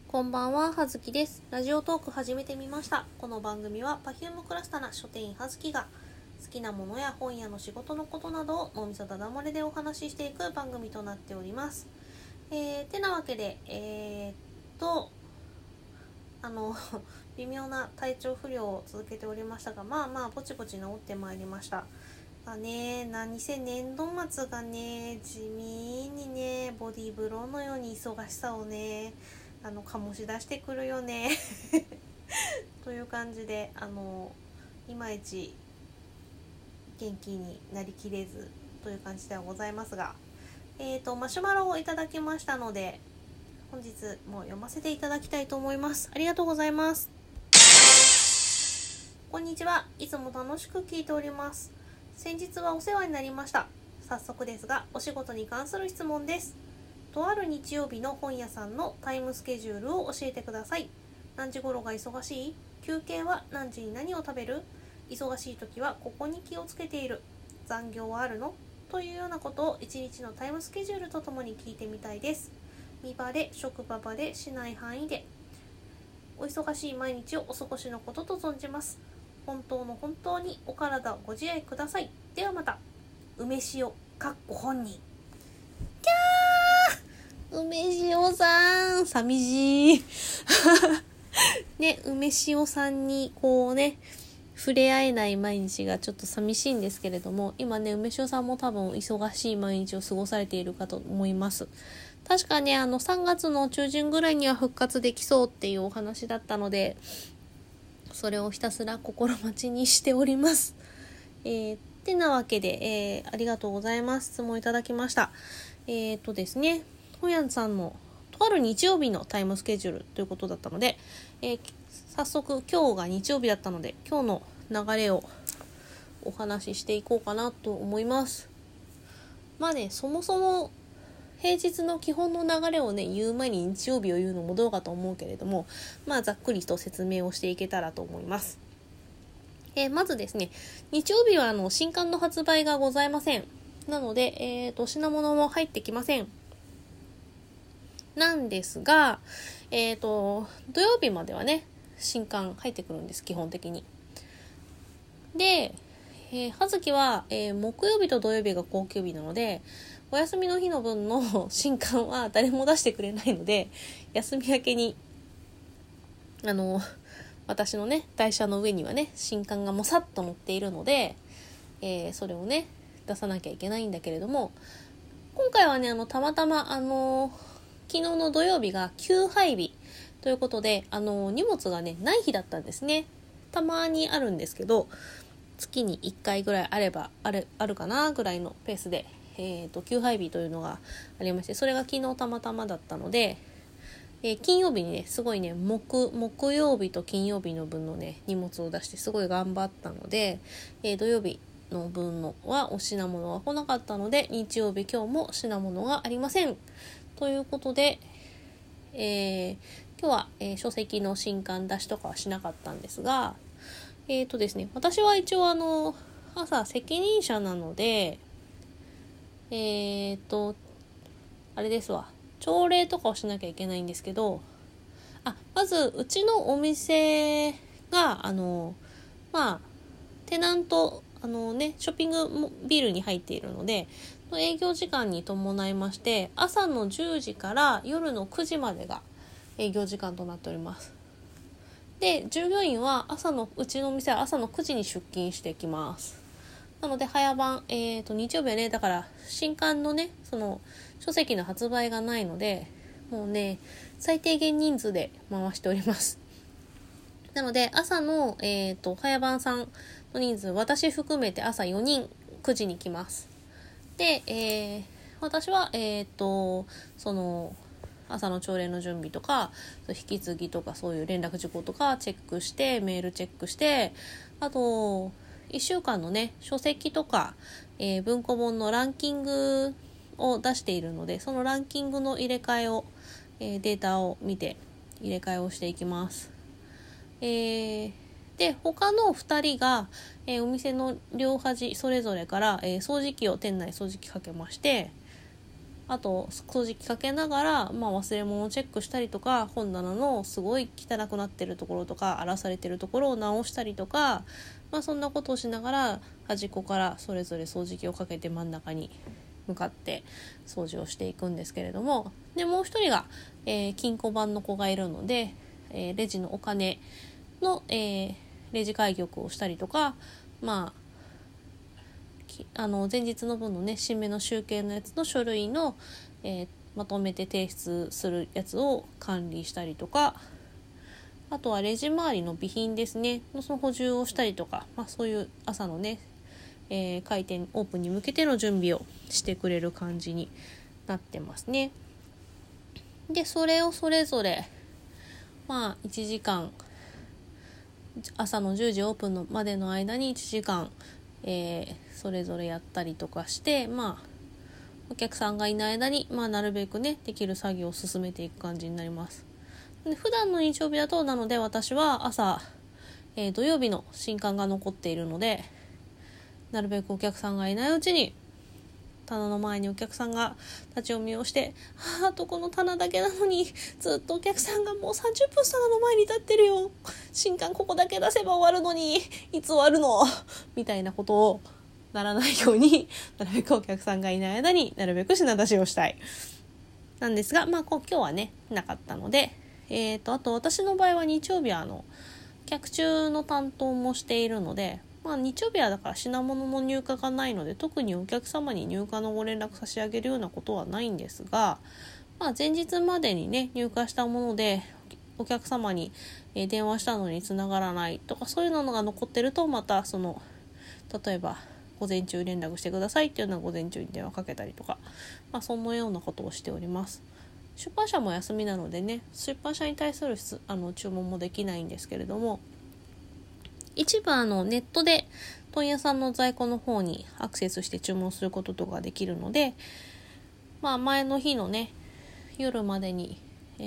こんばんは、はずきです。ラジオトーク始めてみました。この番組は Perfume クラスタな書店員はずきが好きなものや本屋の仕事のことなどを脳みそだだ漏れでお話ししていく番組となっております。てなわけで、微妙な体調不良を続けておりましたが、ぼちぼち治ってまいりました。何せ年度末がね、地味にね、ボディーブローのように忙しさをね、醸し出してくるよねという感じで、いまいち元気になりきれずという感じではございますが、マシュマロをいただきましたので、本日も読ませていただきたいと思います。ありがとうございます。こんにちは。いつも楽しく聞いております。先日はお世話になりました。早速ですが、お仕事に関する質問です。とある日曜日の本屋さんのタイムスケジュールを教えてください。何時頃が忙しい？休憩は何時に何を食べる？忙しい時はここに気をつけている。残業はあるの？というようなことを一日のタイムスケジュールとともに聞いてみたいです。身バレ、職場バレしない範囲で。お忙しい毎日をお過ごしのことと存じます。本当にお体ご自愛ください。ではまた。梅塩本人。梅塩さん、寂しいね、梅塩さんにこうね、触れ合えない毎日がちょっと寂しいんですけれども、今ね、梅塩さんも多分忙しい毎日を過ごされているかと思います。確かね、3月の中旬ぐらいには復活できそうっていうお話だったので、それをひたすら心待ちにしております。てなわけで、ありがとうございます。質問いただきました。ですね、本屋さんのとある日曜日のタイムスケジュールということだったので、早速今日が日曜日だったので、今日の流れをお話ししていこうかなと思います。そもそも平日の基本の流れをね、言う前に日曜日を言うのもどうかと思うけれども、ざっくりと説明をしていけたらと思います。まずですね、日曜日は新刊の発売がございません。なので、品物も入ってきません。なんですが、土曜日まではね、新刊入ってくるんです、基本的に。で、葉月は、木曜日と土曜日が公休日なので、お休みの日の分の新刊は誰も出してくれないので、休み明けに、私のね、台車の上にはね、新刊がもさっと載っているので、それをね、出さなきゃいけないんだけれども、今回はね、たまたま、昨日の土曜日が休廃日ということで、荷物がね、ない日だったんですね。たまにあるんですけど、月に1回ぐらいあるかなぐらいのペースで、休廃日というのがありまして、それが昨日たまたまだったので、金曜日にね、すごいね、木曜日と金曜日の分のね、荷物を出してすごい頑張ったので、土曜日の分のはお品物が来なかったので、日曜日今日も品物がありません。ということで、今日は、書籍の新刊出しとかはしなかったんですが、ですね、私は一応朝責任者なので、あれですわ、朝礼とかをしなきゃいけないんですけど、まずうちのお店がテナントショッピングビルに入っているので、営業時間に伴いまして、朝の10時から夜の9時までが営業時間となっております。で、従業員はうちのお店は朝の9時に出勤してきます。なので早番、日曜日はね、だから新刊のね、その書籍の発売がないので、もうね、最低限人数で回しております。なので朝の、早番さんの人数、私含めて朝4人9時に来ます。で、私はその朝の朝礼の準備とか引き継ぎとかそういう連絡事項とかチェックして、メールチェックして、あと1週間のね、書籍とか、文庫本のランキングを出しているので、そのランキングの入れ替えを、データを見て入れ替えをしていきます。で、他の2人が、お店の両端それぞれから、店内掃除機かけまして、 あと掃除機かけながら、忘れ物をチェックしたりとか、本棚のすごい汚くなってるところとか荒らされてるところを直したりとか、そんなことをしながら端っこからそれぞれ掃除機をかけて真ん中に向かって掃除をしていくんですけれども、でもう一人が、金庫番の子がいるので、レジのお金の、レジ開玉をしたりとか、前日の分のね、締めの集計のやつの書類の、まとめて提出するやつを管理したりとか、あとはレジ周りの備品ですねのその補充をしたりとか、そういう朝のね、開店オープンに向けての準備をしてくれる感じになってますね。でそれをそれぞれ1時間、朝の10時オープンのまでの間に1時間、それぞれやったりとかして、お客さんがいない間に、なるべくねできる作業を進めていく感じになります。で普段の日曜日だと、なので私は朝、土曜日の新刊が残っているので、なるべくお客さんがいないうちに棚の前にお客さんが立ち読みをして、あとこの棚だけなのにずっとお客さんがもう30分棚の前に立ってるよ、新刊ここだけ出せば終わるのにいつ終わるのみたいなことをならないように、なるべくお客さんがいない間になるべく品出しをしたいなんですが、今日はねなかったので、あと私の場合は日曜日は客中の担当もしているので、日曜日はだから品物の入荷がないので、特にお客様に入荷のご連絡差し上げるようなことはないんですが、前日までにね入荷したものでお客様に電話したのに繋がらないとか、そういうのが残ってると、また例えば午前中連絡してくださいっていうのは午前中に電話かけたりとか、そのようなことをしております。出版社も休みなのでね、出版社に対する注文もできないんですけれども、一部ネットで問屋さんの在庫の方にアクセスして注文することとかできるので、前の日のね夜までに、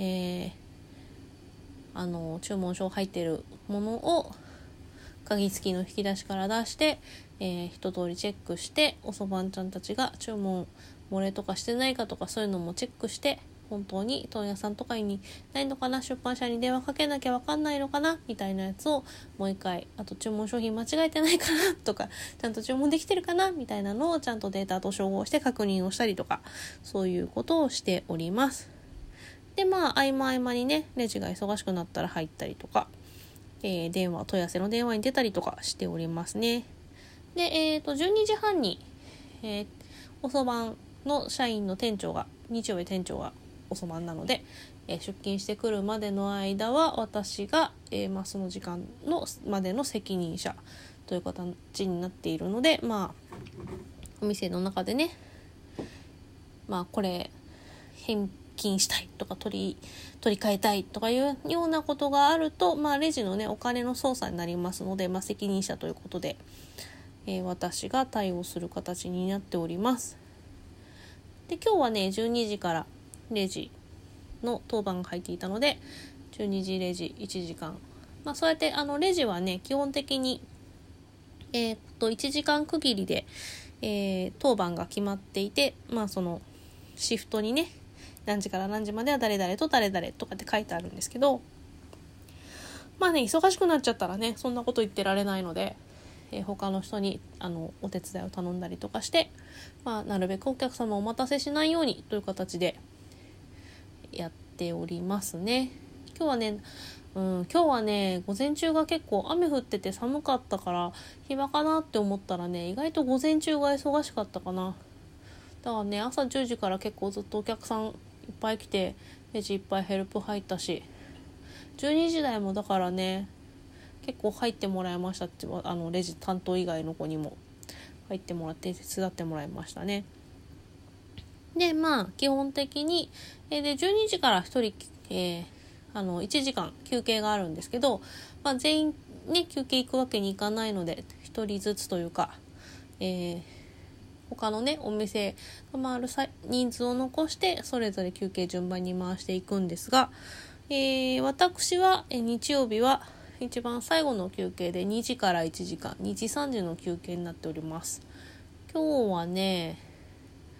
注文書入っているものを鍵付きの引き出しから出して、一通りチェックして、おそばんちゃんたちが注文漏れとかしてないかとか、そういうのもチェックして、本当に問屋さんとかにないのかな、出版社に電話かけなきゃ分かんないのかなみたいなやつをもう一回、あと注文商品間違えてないかなとか、ちゃんと注文できてるかなみたいなのをちゃんとデータと照合して確認をしたりとか、そういうことをしております。で合間合間にねレジが忙しくなったら入ったりとか、問い合わせの電話に出たりとかしておりますね。で12時半に、おそばんの社員の店長が、日曜日店長がおそばんなので、出勤してくるまでの間は私が、その時間のまでの責任者という形になっているので、お店の中でね、これ返金したいとか取り替えたいとかいうようなことがあると、レジのねお金の操作になりますので、責任者ということで、私が対応する形になっております。で今日はね12時からレジの当番が入っていたので、12時レジ1時間、そうやってレジはね基本的に1時間区切りで、当番が決まっていて、そのシフトにね何時から何時までは誰々と誰々とかって書いてあるんですけど、忙しくなっちゃったらねそんなこと言ってられないので、他の人にお手伝いを頼んだりとかして、なるべくお客様をお待たせしないようにという形でやっておりますね。今日はね午前中が結構雨降ってて寒かったから暇かなって思ったらね、意外と午前中が忙しかったかな。だからね朝10時から結構ずっとお客さんいっぱい来て、レジいっぱいヘルプ入ったし、12時台もだからね結構入ってもらいましたって、レジ担当以外の子にも入ってもらって手伝ってもらいましたね。で基本的に、で12時から1人、1時間休憩があるんですけど、全員ね休憩行くわけにいかないので1人ずつというか、他のねお店が回る人数を残してそれぞれ休憩順番に回していくんですが、私は日曜日は一番最後の休憩で2時から1時間2時3時の休憩になっております。今日はね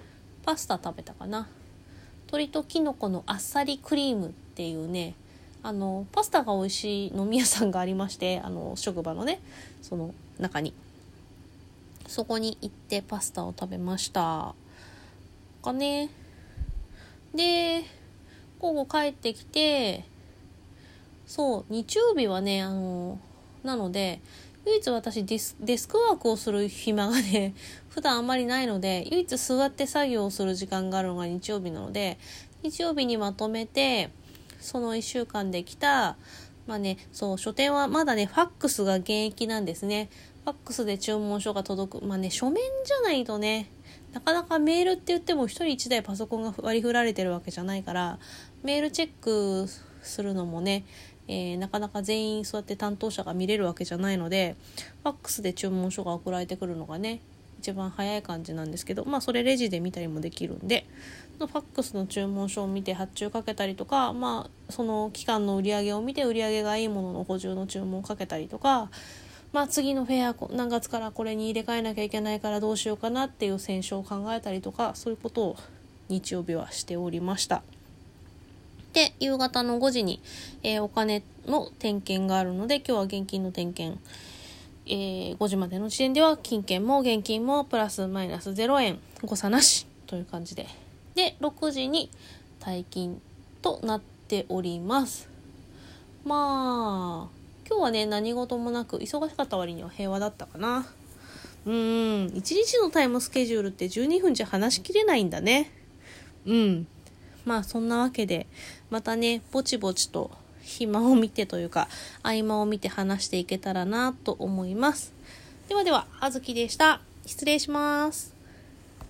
パスタ食べたかな。鶏とキノコのあっさりクリームっていうね、パスタが美味しい飲み屋さんがありまして、職場のね、その中に。そこに行ってパスタを食べました。かね。で、午後帰ってきて、そう、日曜日はね、なので、唯一私デスクワークをする暇がね、普段あんまりないので、唯一座って作業をする時間があるのが日曜日なので、日曜日にまとめて、その1週間で来た、まあね、そう、書店はまだね、ファックスが現役なんですね。ファックスで注文書が届く。まあね、書面じゃないとね、なかなかメールって言っても一人一台パソコンが割り振られてるわけじゃないから、メールチェックするのもね、なかなか全員そうやって担当者が見れるわけじゃないので、ファックスで注文書が送られてくるのがね、一番早い感じなんですけど、まあそれレジで見たりもできるんで、ファックスの注文書を見て発注かけたりとか、まあその期間の売り上げを見て売り上げがいいものの補充の注文をかけたりとか、まあ次のフェア何月からこれに入れ替えなきゃいけないからどうしようかなっていう選書を考えたりとか、そういうことを日曜日はしておりました。で、夕方の5時に、お金の点検があるので、今日は現金の点検。5時までの時点では金券も現金もプラスマイナス0円誤差なしという感じで。で、6時に退勤となっております。まあ、今日はね、何事もなく忙しかった割には平和だったかな。1日のタイムスケジュールって12分じゃ話しきれないんだね。まあそんなわけで、またね、ぼちぼちと暇を見てというか、合間を見て話していけたらなと思います。ではでは、あずきでした。失礼します。